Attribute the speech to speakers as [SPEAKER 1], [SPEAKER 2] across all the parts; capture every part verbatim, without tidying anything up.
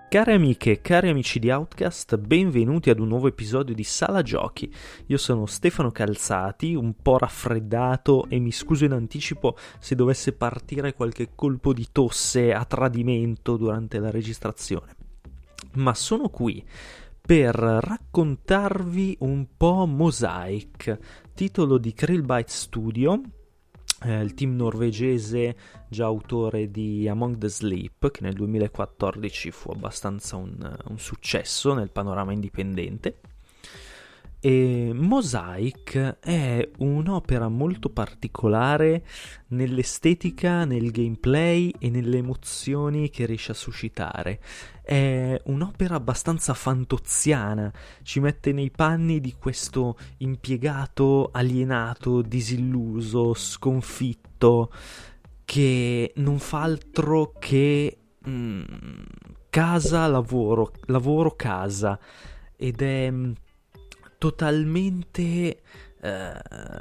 [SPEAKER 1] Care amiche, cari amici di Outcast, benvenuti ad un nuovo episodio di Sala Giochi. Io sono Stefano Calzati, un po' raffreddato e mi scuso in anticipo se dovesse partire qualche colpo di tosse a tradimento durante la registrazione. Ma sono qui per raccontarvi un po' Mosaic, titolo di Krillbyte Studio, Eh, il team norvegese già autore di Among the Sleep, che nel duemilaquattordici fu abbastanza un, un successo nel panorama indipendente. E Mosaic è un'opera molto particolare nell'estetica, nel gameplay e nelle emozioni che riesce a suscitare. È un'opera abbastanza fantoziana, ci mette nei panni di questo impiegato alienato, disilluso, sconfitto, che non fa altro che mm, casa, lavoro, lavoro, casa, ed è totalmente eh,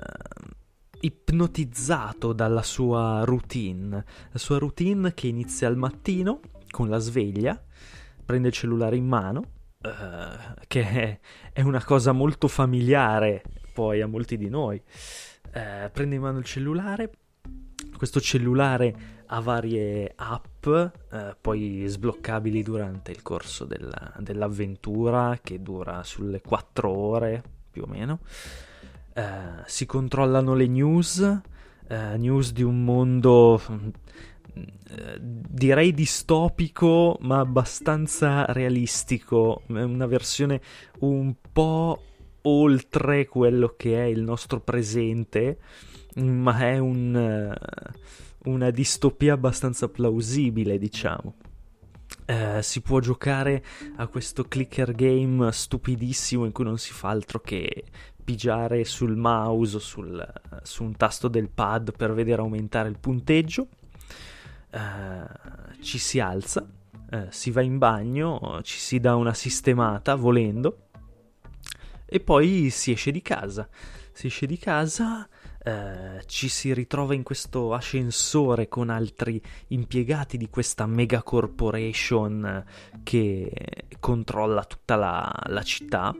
[SPEAKER 1] ipnotizzato dalla sua routine, la sua routine che inizia al mattino con la sveglia, prende il cellulare in mano, eh, che è, è una cosa molto familiare poi a molti di noi, eh, prende in mano il cellulare, questo cellulare ha varie app, eh, poi sbloccabili durante il corso della, dell'avventura, che dura sulle quattro ore più o meno. Eh, si controllano le news, eh, news di un mondo eh, direi distopico, ma abbastanza realistico, una versione un po' oltre quello che è il nostro presente, ma è un... una distopia abbastanza plausibile, diciamo. Eh, si può giocare a questo clicker game stupidissimo in cui non si fa altro che pigiare sul mouse o sul, su un tasto del pad per vedere aumentare il punteggio. Eh, ci si alza, eh, si va in bagno, ci si dà una sistemata volendo e poi si esce di casa. Si esce di casa... Uh, ci si ritrova in questo ascensore con altri impiegati di questa mega corporation che controlla tutta la, la città,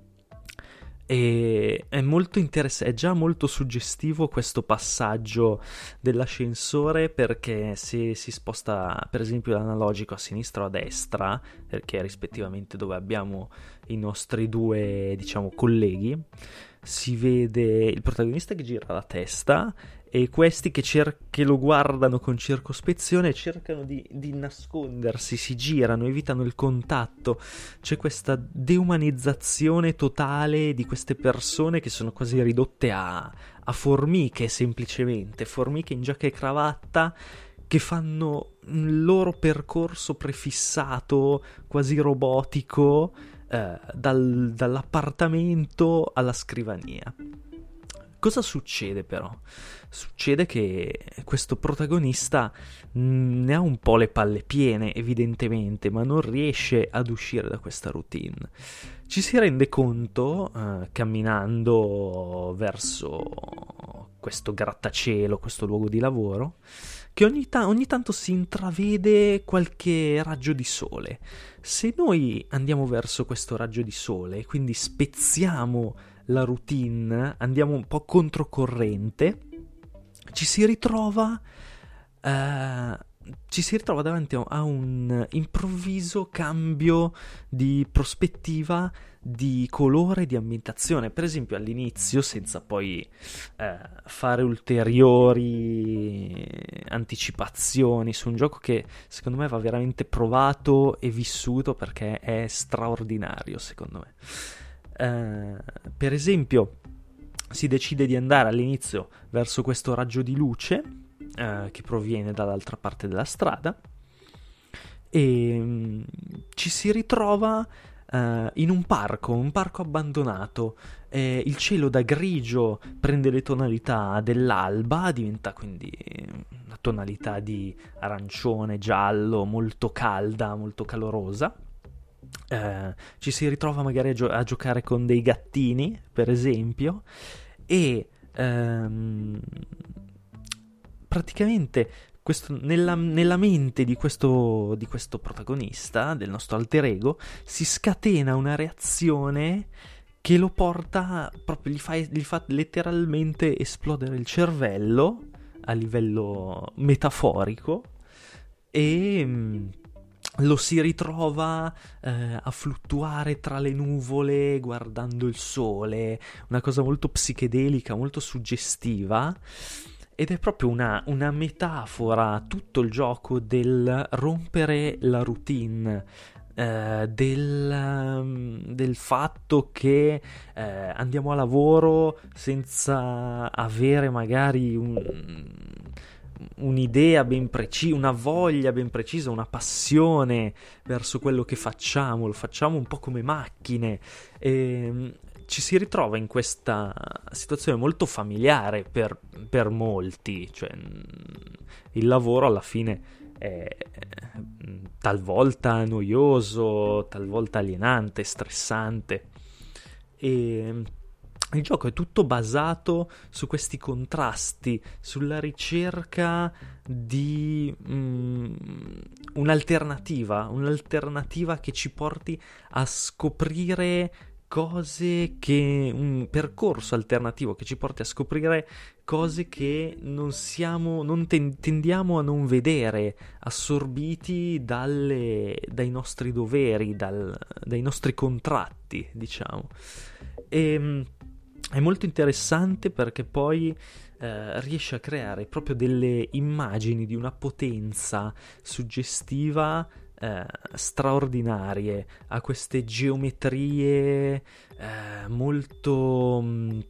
[SPEAKER 1] e è molto interessante, è già molto suggestivo questo passaggio dell'ascensore, perché se si sposta per esempio l'analogico a sinistra o a destra, perché è rispettivamente dove abbiamo i nostri due, diciamo, colleghi, si vede il protagonista che gira la testa e questi che, cer- che lo guardano con circospezione e cercano di, di nascondersi, si girano, evitano il contatto. C'è questa deumanizzazione totale di queste persone che sono quasi ridotte a, a formiche, semplicemente, formiche in giacca e cravatta, che fanno il loro percorso prefissato, quasi robotico, eh, dal, dall'appartamento alla scrivania. Cosa succede però? Succede che questo protagonista mh, ne ha un po' le palle piene, evidentemente, ma non riesce ad uscire da questa routine. Ci si rende conto, eh, camminando verso questo grattacielo, questo luogo di lavoro, che ogni, ta- ogni tanto si intravede qualche raggio di sole. Se noi andiamo verso questo raggio di sole, quindi spezziamo la routine, andiamo un po' controcorrente, ci si ritrova uh, ci si ritrova davanti a un improvviso cambio di prospettiva, di colore, di ambientazione. Per esempio all'inizio, senza poi uh, fare ulteriori anticipazioni su un gioco che secondo me va veramente provato e vissuto, perché è straordinario secondo me. Uh, per esempio si decide di andare all'inizio verso questo raggio di luce uh, che proviene dall'altra parte della strada e um, ci si ritrova uh, in un parco, un parco abbandonato. Eh, il cielo da grigio prende le tonalità dell'alba, diventa quindi una tonalità di arancione, giallo, molto calda, molto calorosa. Uh, ci si ritrova magari a, gio- a giocare con dei gattini, per esempio, e um, praticamente questo, nella, nella mente di questo, di questo protagonista, del nostro alter ego, si scatena una reazione che lo porta, proprio gli fa, gli fa letteralmente esplodere il cervello a livello metaforico, e mh, lo si ritrova eh, a fluttuare tra le nuvole guardando il sole, una cosa molto psichedelica, molto suggestiva, ed è proprio una, una metafora, tutto il gioco del rompere la routine, eh, del, um, del fatto che eh, andiamo a lavoro senza avere magari un, un'idea ben precisa, una voglia ben precisa, una passione verso quello che facciamo, lo facciamo un po' come macchine, e ci si ritrova in questa situazione molto familiare per, per molti, cioè il lavoro alla fine è talvolta noioso, talvolta alienante, stressante, e il gioco è tutto basato su questi contrasti, sulla ricerca di mm, un'alternativa, un'alternativa che ci porti a scoprire cose che, un percorso alternativo che ci porti a scoprire cose che non siamo, non ten, tendiamo a non vedere, assorbiti dalle, dai nostri doveri, dal, dai nostri contratti, diciamo. E è molto interessante perché poi eh, riesce a creare proprio delle immagini di una potenza suggestiva eh, straordinarie, ha queste geometrie eh, molto mh,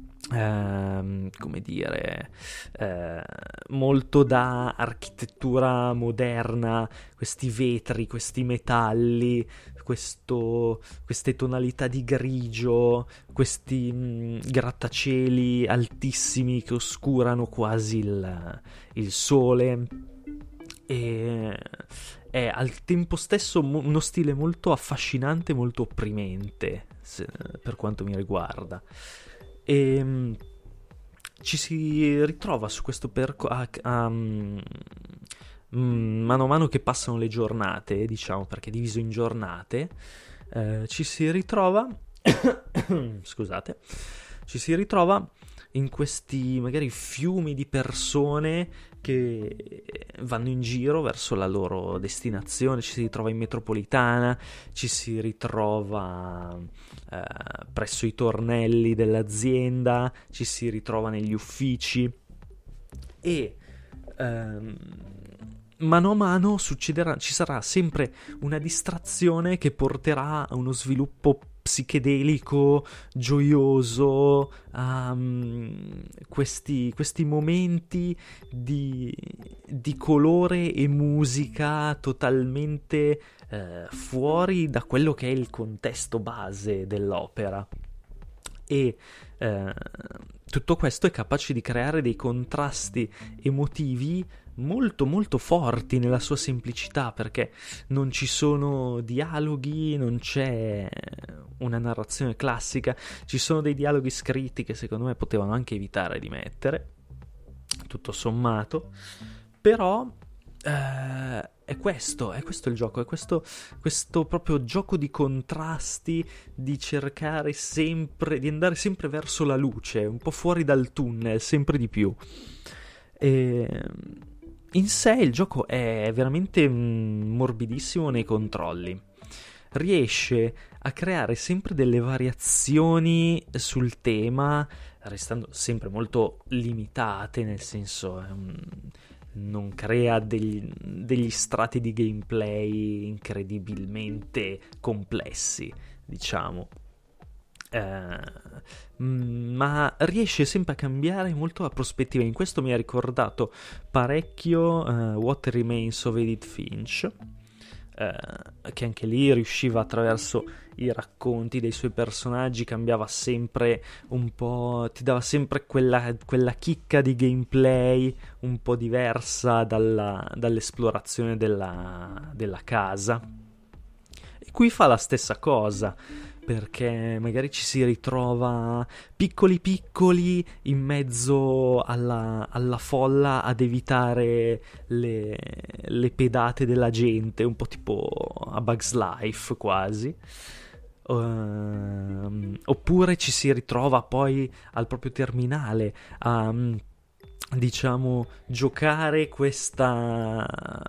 [SPEAKER 1] eh, come dire eh, molto da architettura moderna, questi vetri, questi metalli, questo, queste tonalità di grigio, questi mh, grattacieli altissimi che oscurano quasi il, il sole, e è al tempo stesso mo- uno stile molto affascinante, molto opprimente, se, per quanto mi riguarda. E mh, ci si ritrova su questo percorso mano a mano che passano le giornate, diciamo, perché è diviso in giornate, eh, ci si ritrova scusate, ci si ritrova in questi magari fiumi di persone che vanno in giro verso la loro destinazione, ci si ritrova in metropolitana, ci si ritrova eh, presso i tornelli dell'azienda, ci si ritrova negli uffici, e ehm, mano a mano succederà, ci sarà sempre una distrazione che porterà a uno sviluppo psichedelico, gioioso, a um, questi, questi momenti di, di colore e musica totalmente eh, fuori da quello che è il contesto base dell'opera. E eh, tutto questo è capace di creare dei contrasti emotivi molto molto forti nella sua semplicità, perché non ci sono dialoghi, non c'è una narrazione classica, ci sono dei dialoghi scritti che secondo me potevano anche evitare di mettere, tutto sommato, però eh, è questo, è questo il gioco, è questo, questo proprio gioco di contrasti, di cercare sempre, di andare sempre verso la luce, un po' fuori dal tunnel, sempre di più. E in sé il gioco è veramente morbidissimo nei controlli, riesce a creare sempre delle variazioni sul tema, restando sempre molto limitate, nel senso um, non crea degli, degli strati di gameplay incredibilmente complessi, diciamo. Uh, ma riesce sempre a cambiare molto la prospettiva. In questo mi ha ricordato parecchio uh, What Remains of Edith Finch, uh, che anche lì riusciva, attraverso i racconti dei suoi personaggi, cambiava sempre un po', ti dava sempre quella, quella chicca di gameplay un po' diversa dalla, dall'esplorazione della, della casa. E qui fa la stessa cosa. perché magari ci si ritrova piccoli piccoli in mezzo alla, alla folla ad evitare le, le pedate della gente, un po' tipo a Bugs Life quasi. Uh, oppure ci si ritrova poi al proprio terminale a, diciamo, giocare questa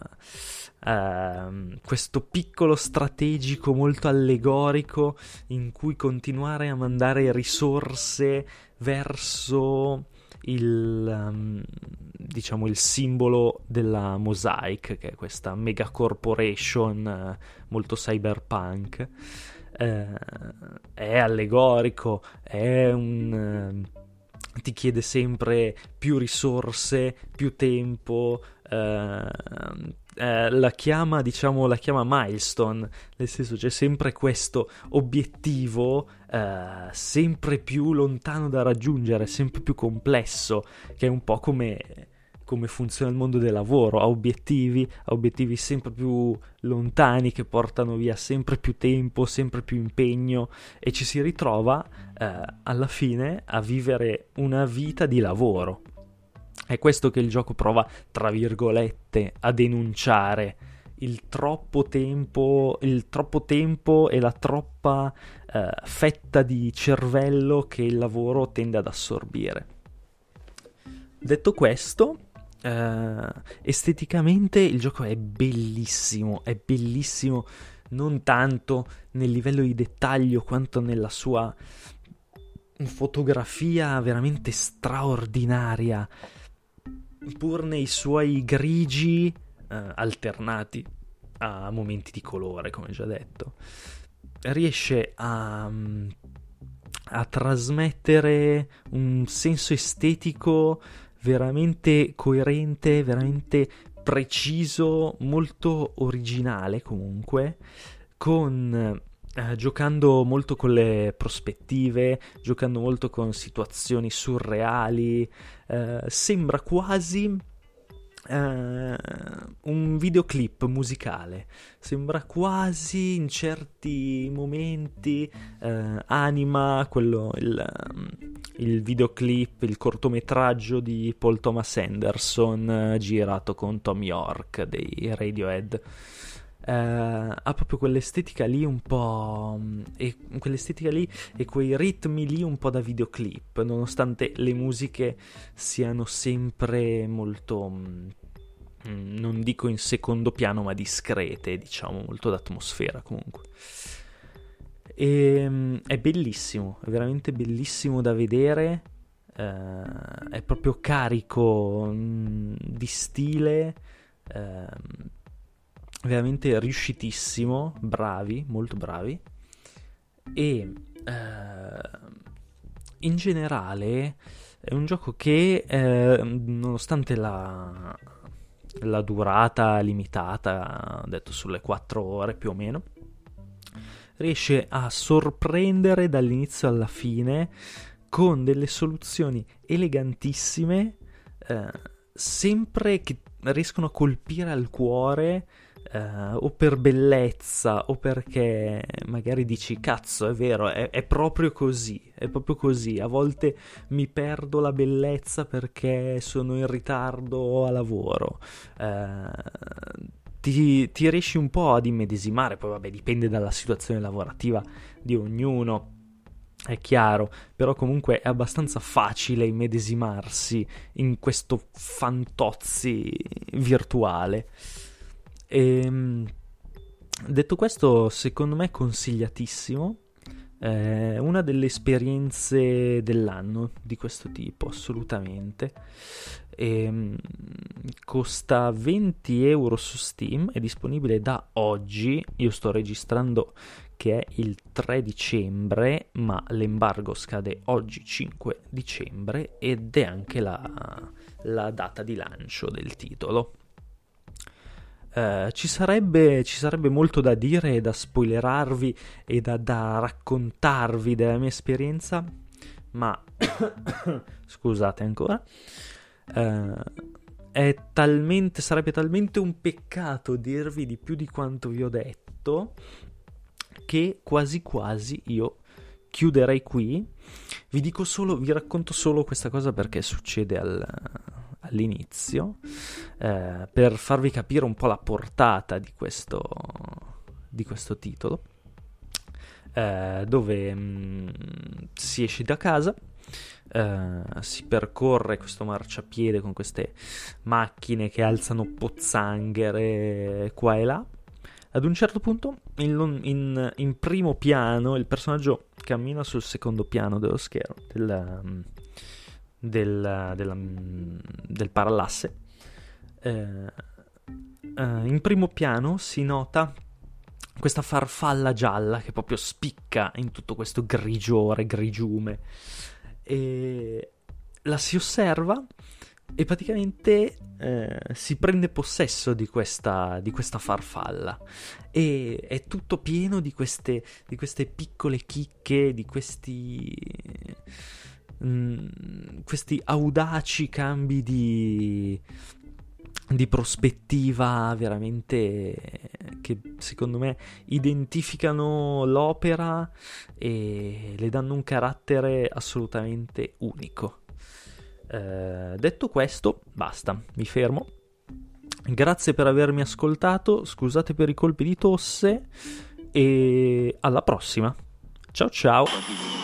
[SPEAKER 1] uh, questo piccolo strategico molto allegorico in cui continuare a mandare risorse verso il um, diciamo il simbolo della Mosaic, che è questa mega corporation uh, molto cyberpunk. Uh, è allegorico, è un uh, ti chiede sempre più risorse, più tempo, uh, uh, la chiama, diciamo, la chiama milestone, nel senso c'è sempre questo obiettivo uh, sempre più lontano da raggiungere, sempre più complesso, che è un po' come come funziona il mondo del lavoro, ha obiettivi, ha obiettivi sempre più lontani che portano via sempre più tempo, sempre più impegno, e ci si ritrova eh, alla fine a vivere una vita di lavoro. È questo che il gioco prova, tra virgolette, a denunciare: il troppo tempo, il troppo tempo e la troppa eh, fetta di cervello che il lavoro tende ad assorbire. Detto questo, Uh, esteticamente il gioco è bellissimo, è bellissimo non tanto nel livello di dettaglio quanto nella sua fotografia veramente straordinaria, pur nei suoi grigi uh, alternati a momenti di colore, come già detto. Riesce a, a trasmettere un senso estetico veramente coerente, veramente preciso, molto originale comunque, con eh, giocando molto con le prospettive, giocando molto con situazioni surreali. Eh, sembra quasi eh, un videoclip musicale, sembra quasi in certi momenti eh, anima quello il, il videoclip, il cortometraggio di Paul Thomas Anderson eh, girato con Tom York dei Radiohead. Uh, ha proprio quell'estetica lì un po' e quell'estetica lì e quei ritmi lì un po' da videoclip, nonostante le musiche siano sempre molto mh, non dico in secondo piano, ma discrete, diciamo, molto d'atmosfera comunque. E, mh, è bellissimo, è veramente bellissimo da vedere, uh, è proprio carico mh, di stile, uh, veramente riuscitissimo, bravi, molto bravi, e eh, in generale è un gioco che eh, nonostante la, la durata limitata, detto sulle quattro ore più o meno, riesce a sorprendere dall'inizio alla fine con delle soluzioni elegantissime, eh, sempre che riescono a colpire al cuore. Uh, o per bellezza o perché magari dici cazzo è vero, è, è proprio così, è proprio così, a volte mi perdo la bellezza perché sono in ritardo a lavoro. Uh, ti, ti riesci un po' ad immedesimare, poi vabbè dipende dalla situazione lavorativa di ognuno, è chiaro, però comunque è abbastanza facile immedesimarsi in questo fantozzi virtuale. E, detto questo, secondo me è consigliatissimo, è una delle esperienze dell'anno di questo tipo, assolutamente. E, costa venti euro su Steam, è disponibile da oggi, io sto registrando che è il tre dicembre, ma l'embargo scade oggi cinque dicembre ed è anche la, la data di lancio del titolo. Uh, ci sarebbe, ci sarebbe molto da dire e da spoilerarvi e da, da raccontarvi della mia esperienza, ma scusate ancora, uh, è talmente, sarebbe talmente un peccato dirvi di più di quanto vi ho detto che quasi quasi io chiuderei qui. Vi dico solo, vi racconto solo questa cosa perché succede al, all'inizio, eh, per farvi capire un po' la portata di questo, di questo titolo, eh, dove mh, si esce da casa, eh, si percorre questo marciapiede con queste macchine che alzano pozzanghere qua e là. Ad un certo punto, in, in, in primo piano, il personaggio cammina sul secondo piano dello schermo, del, del, della, del parallasse. Eh, eh, in primo piano si nota questa farfalla gialla che proprio spicca in tutto questo grigiore, grigiume. E la si osserva e praticamente eh, si prende possesso di questa, di questa farfalla, e è tutto pieno di queste, di queste piccole chicche, di questi, mh, questi audaci cambi di, di prospettiva veramente che secondo me identificano l'opera e le danno un carattere assolutamente unico. Uh, detto questo, basta, mi fermo. Grazie per avermi ascoltato, scusate per i colpi di tosse e alla prossima. Ciao ciao.